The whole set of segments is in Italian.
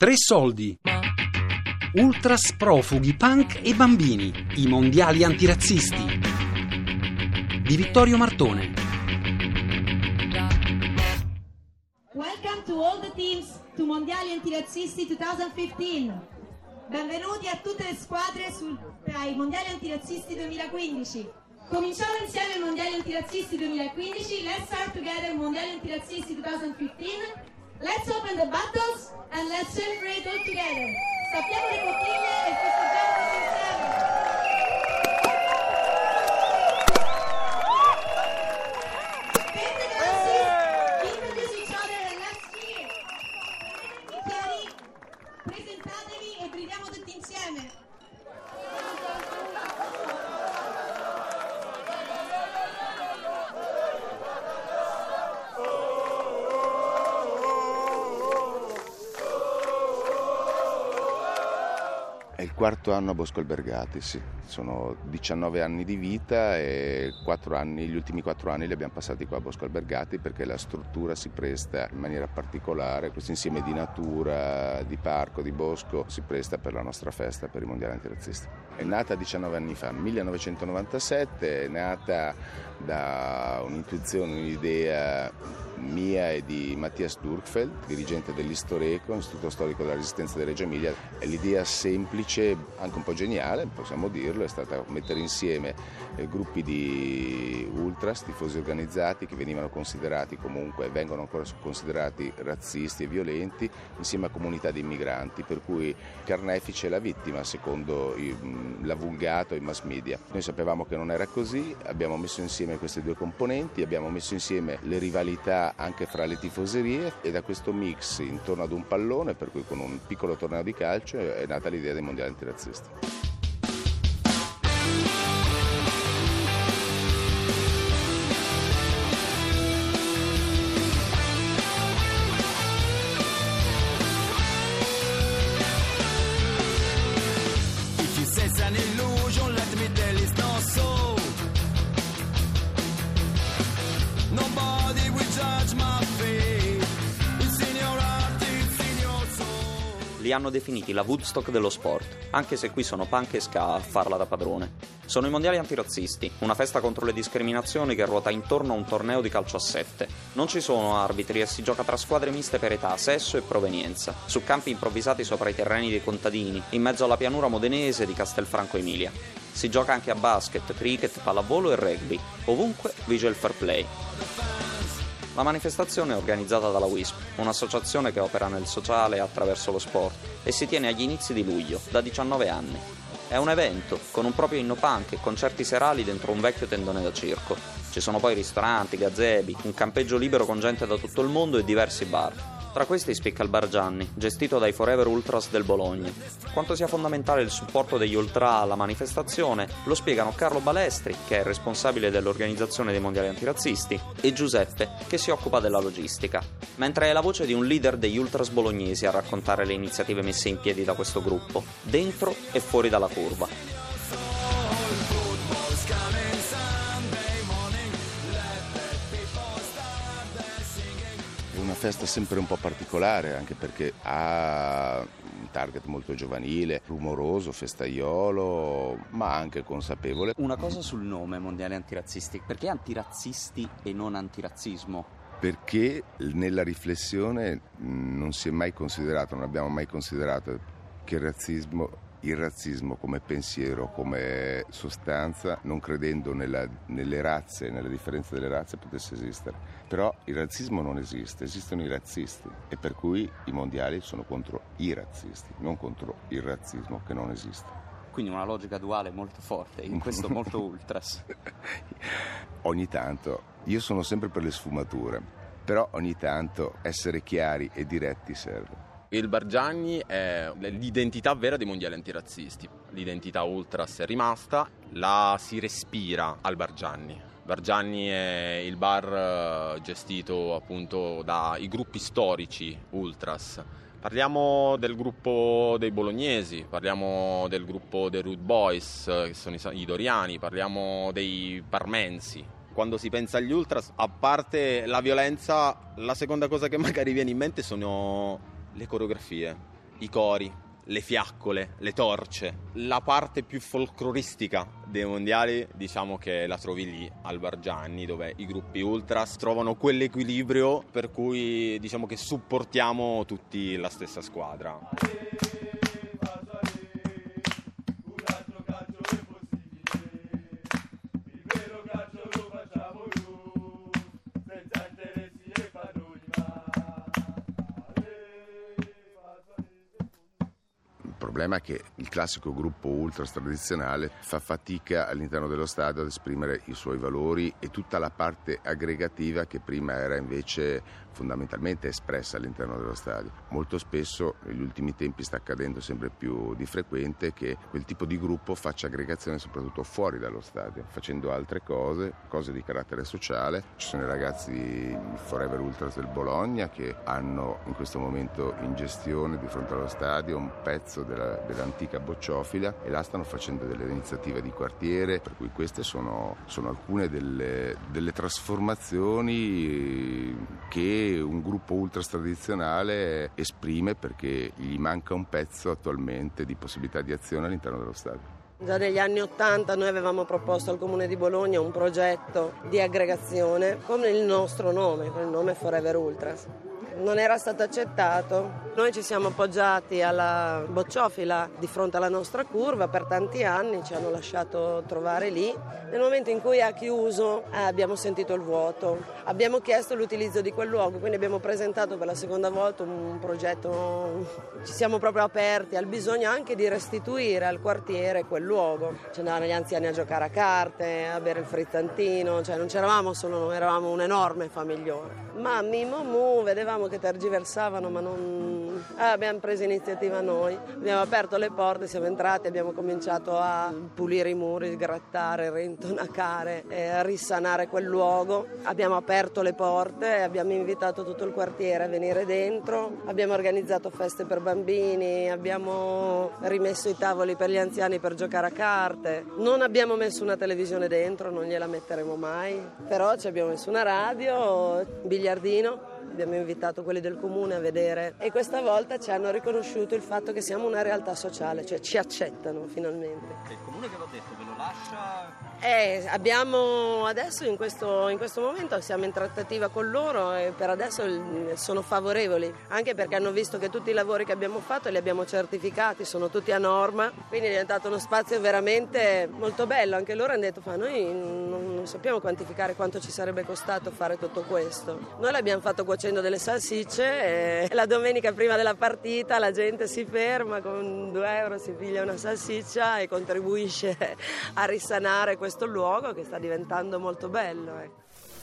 Tre soldi. Ultras, profughi, punk e bambini. I mondiali antirazzisti. Di Vittorio Martone. Welcome to all the teams to Mondiali Antirazzisti 2015. Benvenuti a tutte le squadre ai Mondiali Antirazzisti 2015. Cominciamo insieme ai Mondiali Antirazzisti 2015. Let's start together Mondiali Antirazzisti 2015. Let's open the bottles and let's celebrate all together. Stappiamo le bottiglie e festeggiamo tutti insieme. Paint the glasses, introduce each other and let's cheer. Prendete i bicchieri, presentatevi e gridiamo tutti insieme. È il quarto anno a Bosco Albergati, sì. Sono 19 anni di vita e gli ultimi 4 anni li abbiamo passati qua a Bosco Albergati perché la struttura si presta in maniera particolare, questo insieme di natura, di parco, di bosco, si presta per la nostra festa, per i mondiali antirazzisti. È nata 19 anni fa, 1997, è nata da un'intuizione, un'idea mia e di Mattias Durkfeld, dirigente dell'Istoreco, Istituto Storico della Resistenza di Reggio Emilia. E l'idea semplice, anche un po' geniale, possiamo dirlo, è stata mettere insieme gruppi di ultras, tifosi organizzati che venivano considerati comunque, vengono ancora considerati razzisti e violenti, insieme a comunità di immigranti, per cui carnefice è la vittima secondo l'avulgato e i mass media. Noi sapevamo che non era così, abbiamo messo insieme queste due componenti, abbiamo messo insieme le rivalità anche fra le tifoserie e da questo mix intorno ad un pallone, per cui con un piccolo torneo di calcio è nata l'idea dei mondiali antirazzisti. Li hanno definiti la Woodstock dello sport, anche se qui sono punk e ska a farla da padrone. Sono i mondiali antirazzisti, una festa contro le discriminazioni che ruota intorno a un torneo di calcio a 7. Non ci sono arbitri e si gioca tra squadre miste per età, sesso e provenienza, su campi improvvisati sopra i terreni dei contadini, in mezzo alla pianura modenese di Castelfranco Emilia. Si gioca anche a basket, cricket, pallavolo e rugby. Ovunque vige il fair play. La manifestazione è organizzata dalla WISP, un'associazione che opera nel sociale attraverso lo sport, e si tiene agli inizi di luglio, da 19 anni. È un evento, con un proprio inno punk e concerti serali dentro un vecchio tendone da circo. Ci sono poi ristoranti, gazebi, un campeggio libero con gente da tutto il mondo e diversi bar. Tra questi spicca il Bar Gianni, gestito dai Forever Ultras del Bologna. Quanto sia fondamentale il supporto degli ultra alla manifestazione lo spiegano Carlo Balestri, che è il responsabile dell'organizzazione dei mondiali antirazzisti, e Giuseppe, che si occupa della logistica. Mentre è la voce di un leader degli ultras bolognesi a raccontare le iniziative messe in piedi da questo gruppo, dentro e fuori dalla curva. Una festa sempre un po' particolare, anche perché ha un target molto giovanile, rumoroso, festaiolo, ma anche consapevole. Una cosa sul nome mondiali antirazzisti, perché antirazzisti e non antirazzismo? Perché nella riflessione non si è mai considerato, non abbiamo mai considerato che il razzismo come pensiero, come sostanza, non credendo nelle razze, nella differenza delle razze, potesse esistere. Però il razzismo non esiste, esistono i razzisti e per cui i mondiali sono contro i razzisti, non contro il razzismo che non esiste. Quindi una logica duale molto forte, in questo molto ultras. Ogni tanto, io sono sempre per le sfumature, però ogni tanto essere chiari e diretti serve. Il Bar Gianni è l'identità vera dei mondiali antirazzisti. L'identità ultras è rimasta, la si respira al Bar Gianni. Bar Gianni è il bar gestito appunto dai gruppi storici ultras. Parliamo del gruppo dei bolognesi, parliamo del gruppo dei Rude Boys, che sono i doriani, parliamo dei parmensi. Quando si pensa agli ultras, a parte la violenza, la seconda cosa che magari viene in mente sono le coreografie. i cori, le fiaccole, le torce. La parte più folcloristica dei mondiali diciamo che la trovi lì al Bargianni, dove i gruppi ultras trovano quell'equilibrio per cui diciamo che supportiamo tutti la stessa squadra. Il problema è che il classico gruppo ultras tradizionale fa fatica all'interno dello stadio ad esprimere i suoi valori e tutta la parte aggregativa che prima era invece fondamentalmente espressa all'interno dello stadio. Molto spesso negli ultimi tempi sta accadendo sempre più di frequente che quel tipo di gruppo faccia aggregazione soprattutto fuori dallo stadio, facendo altre cose di carattere sociale. Ci sono i ragazzi di Forever Ultras del Bologna che hanno in questo momento in gestione di fronte allo stadio un pezzo dell'antica bocciofila e là stanno facendo delle iniziative di quartiere, per cui queste sono alcune delle trasformazioni che un gruppo ultras tradizionale esprime perché gli manca un pezzo attualmente di possibilità di azione all'interno dello stadio. Già negli anni '80 noi avevamo proposto al Comune di Bologna un progetto di aggregazione con il nostro nome, con il nome Forever Ultras. Non era stato accettato. Noi ci siamo appoggiati alla bocciofila di fronte alla nostra curva per tanti anni, ci hanno lasciato trovare lì. Nel momento in cui ha chiuso abbiamo sentito il vuoto, abbiamo chiesto l'utilizzo di quel luogo, quindi abbiamo presentato per la seconda volta un progetto, ci siamo proprio aperti al bisogno anche di restituire al quartiere quel luogo. Ci andavano gli anziani a giocare a carte, a bere il frizzantino, cioè non c'eravamo solo noi, eravamo un enorme famiglione. Ma Mimomu vedevamo che tergiversavano, ma non... abbiamo preso iniziativa noi, abbiamo aperto le porte, siamo entrati, abbiamo cominciato a pulire i muri, sgrattare, rintonacare, risanare quel luogo. Abbiamo aperto le porte, abbiamo invitato tutto il quartiere a venire dentro, abbiamo organizzato feste per bambini, abbiamo rimesso i tavoli per gli anziani per giocare a carte. Non abbiamo messo una televisione dentro, non gliela metteremo mai, però ci abbiamo messo una radio, biliardino. Abbiamo invitato quelli del comune a vedere e questa volta ci hanno riconosciuto il fatto che siamo una realtà sociale, cioè ci accettano finalmente. Il comune che l'ho detto ve lo lascia? Abbiamo adesso in questo momento siamo in trattativa con loro e per adesso sono favorevoli, anche perché hanno visto che tutti i lavori che abbiamo fatto li abbiamo certificati, sono tutti a norma, quindi è diventato uno spazio veramente molto bello. Anche loro hanno detto: noi non sappiamo quantificare quanto ci sarebbe costato fare tutto questo. Noi l'abbiamo fatto cuocendo delle salsicce e la domenica prima della partita la gente si ferma, con 2 euro si piglia una salsiccia e contribuisce a risanare questo luogo che sta diventando molto bello.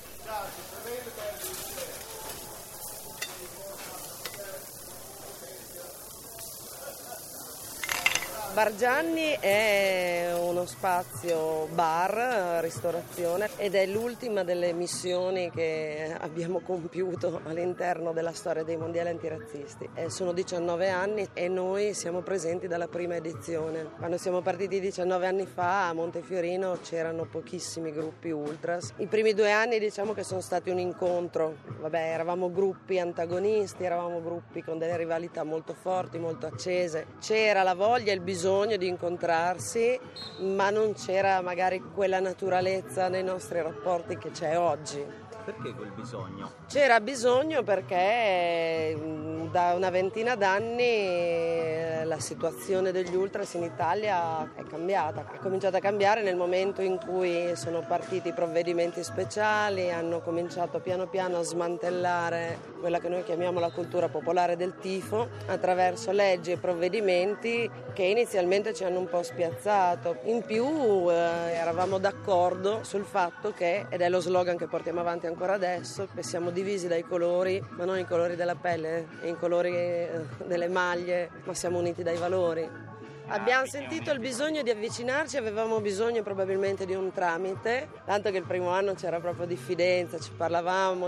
Bargianni è uno spazio bar, ristorazione ed è l'ultima delle missioni che abbiamo compiuto all'interno della storia dei mondiali antirazzisti. Sono 19 anni e noi siamo presenti dalla prima edizione. Quando siamo partiti 19 anni fa a Montefiorino c'erano pochissimi gruppi ultras. I primi 2 anni diciamo che sono stati un incontro. Eravamo gruppi antagonisti, eravamo gruppi con delle rivalità molto forti, molto accese. C'era la voglia e il bisogno di incontrarsi, ma non c'era magari quella naturalezza nei nostri rapporti che c'è oggi. Perché quel bisogno? C'era bisogno perché da una ventina d'anni la situazione degli ultras in Italia è cambiata. È cominciata a cambiare nel momento in cui sono partiti i provvedimenti speciali, hanno cominciato piano piano a smantellare quella che noi chiamiamo la cultura popolare del tifo attraverso leggi e provvedimenti che inizialmente ci hanno un po' spiazzato. In più eravamo d'accordo sul fatto che, ed è lo slogan che portiamo avanti ancora adesso, che siamo divisi dai colori, ma non i colori della pelle e i colori delle maglie, ma siamo uniti dai valori. Abbiamo sentito il bisogno di avvicinarci, avevamo bisogno probabilmente di un tramite, tanto che il primo anno c'era proprio diffidenza, ci parlavamo,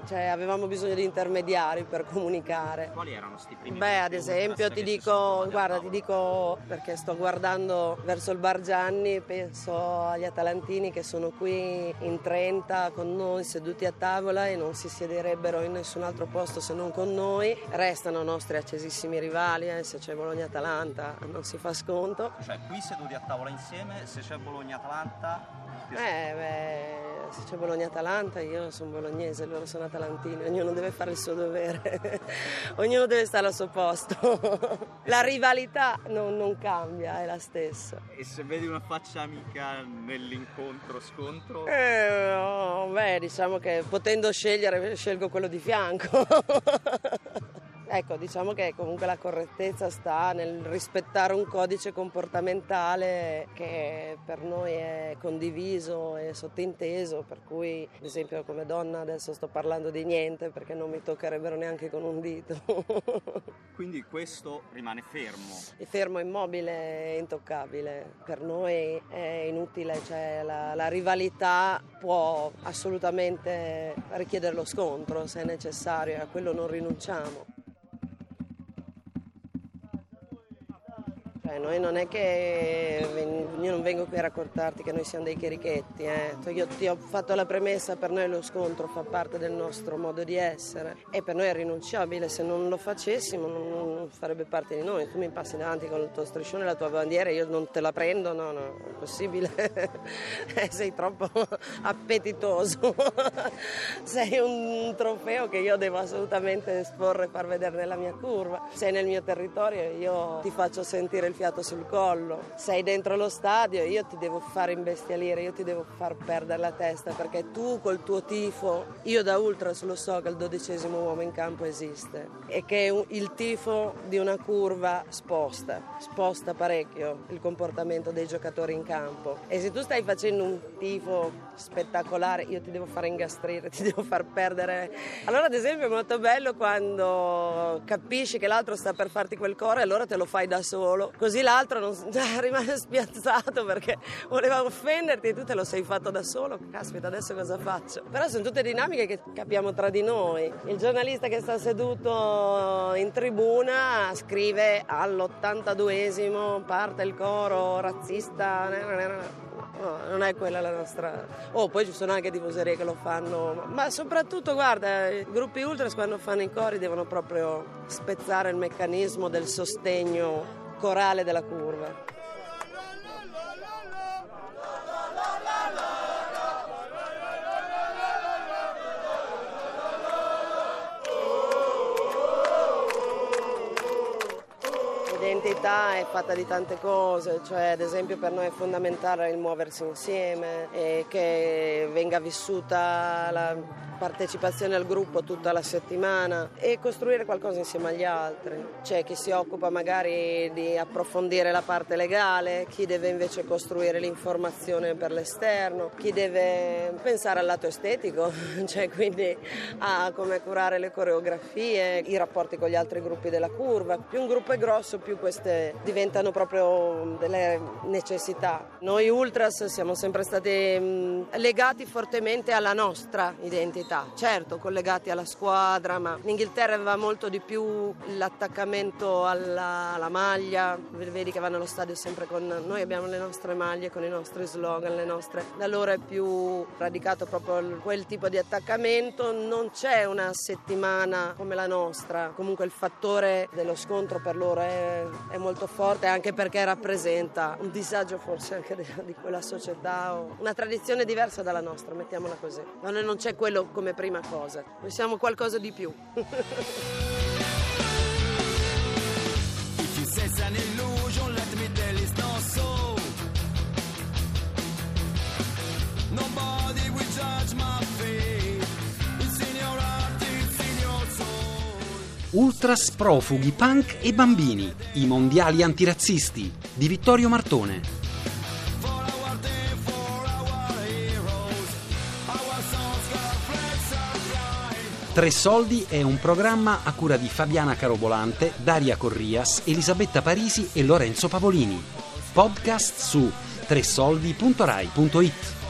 cioè avevamo bisogno di intermediari per comunicare. Quali erano sti primi? Ad esempio ti dico perché sto guardando verso il Bar Gianni, penso agli atalantini che sono qui in 30 con noi seduti a tavola e non si siederebbero in nessun altro posto se non con noi. Restano nostri accesissimi rivali, se c'è Bologna-Atalanta non si fa sconto. Cioè qui seduti a tavola insieme, se c'è Bologna-Atalanta... Se c'è Bologna-Atalanta, io sono bolognese, loro sono atalantini, ognuno deve fare il suo dovere, ognuno deve stare al suo posto. La rivalità non cambia, è la stessa. E se vedi una faccia amica nell'incontro-scontro? Diciamo che potendo scegliere, scelgo quello di fianco. Ecco, diciamo che comunque la correttezza sta nel rispettare un codice comportamentale che per noi è condiviso e sottinteso, per cui ad esempio come donna adesso sto parlando di niente perché non mi toccherebbero neanche con un dito. Quindi questo rimane fermo? È fermo, immobile, intoccabile. Per noi è inutile, cioè la rivalità può assolutamente richiedere lo scontro se è necessario e a quello non rinunciamo. Noi non è che io non vengo qui a raccontarti che noi siamo dei cherichetti, Io ti ho fatto la premessa, per noi lo scontro fa parte del nostro modo di essere e per noi è rinunciabile, se non lo facessimo non farebbe parte di noi. Tu mi passi davanti con il tuo striscione e la tua bandiera e io non te la prendo, no, è impossibile. Sei troppo appetitoso. Sei un trofeo che io devo assolutamente esporre e far vedere nella mia curva. Sei nel mio territorio e io ti faccio sentire il fiato sul collo. Sei dentro lo stadio, io ti devo far imbestialire, io ti devo far perdere la testa, perché tu col tuo tifo, io da ultras lo so che il 12° uomo in campo esiste e che il tifo di una curva sposta parecchio il comportamento dei giocatori in campo, e se tu stai facendo un tifo spettacolare io ti devo far ingastrire, ti devo far perdere. Allora ad esempio è molto bello quando capisci che l'altro sta per farti quel coro e allora te lo fai da solo, così l'altro rimane spiazzato perché voleva offenderti e tu te lo sei fatto da solo. Caspita, adesso cosa faccio? Però sono tutte dinamiche che capiamo tra di noi. Il giornalista che sta seduto in tribuna scrive all'82esimo parte il coro razzista. No, non è quella la nostra. Poi ci sono anche tifoserie che lo fanno, ma soprattutto guarda, i gruppi ultras quando fanno i cori devono proprio spezzare il meccanismo del sostegno corale della curva. L'identità è fatta di tante cose, cioè ad esempio per noi è fondamentale il muoversi insieme e che venga vissuta la partecipazione al gruppo tutta la settimana e costruire qualcosa insieme agli altri. C'è chi si occupa magari di approfondire la parte legale, chi deve invece costruire l'informazione per l'esterno, chi deve pensare al lato estetico, cioè quindi a come curare le coreografie, i rapporti con gli altri gruppi della curva. Più un gruppo è grosso, più queste diventano proprio delle necessità. Noi ultras siamo sempre stati legati fortemente alla nostra identità, certo collegati alla squadra, ma in Inghilterra aveva molto di più l'attaccamento alla maglia. Vedi che vanno allo stadio sempre con noi, abbiamo le nostre maglie con i nostri slogan, da loro è più radicato proprio quel tipo di attaccamento. Non c'è una settimana come la nostra, comunque il fattore dello scontro per loro è molto forte, anche perché rappresenta un disagio forse anche di quella società o una tradizione diversa dalla nostra, mettiamola così. Ma noi non c'è quello come prima cosa, noi siamo qualcosa di più. Ultras, profughi, punk e bambini, i mondiali antirazzisti di Vittorio Martone. Tre Soldi è un programma a cura di Fabiana Carobolante, Daria Corrias, Elisabetta Parisi e Lorenzo Pavolini. Podcast su tresoldi.rai.it.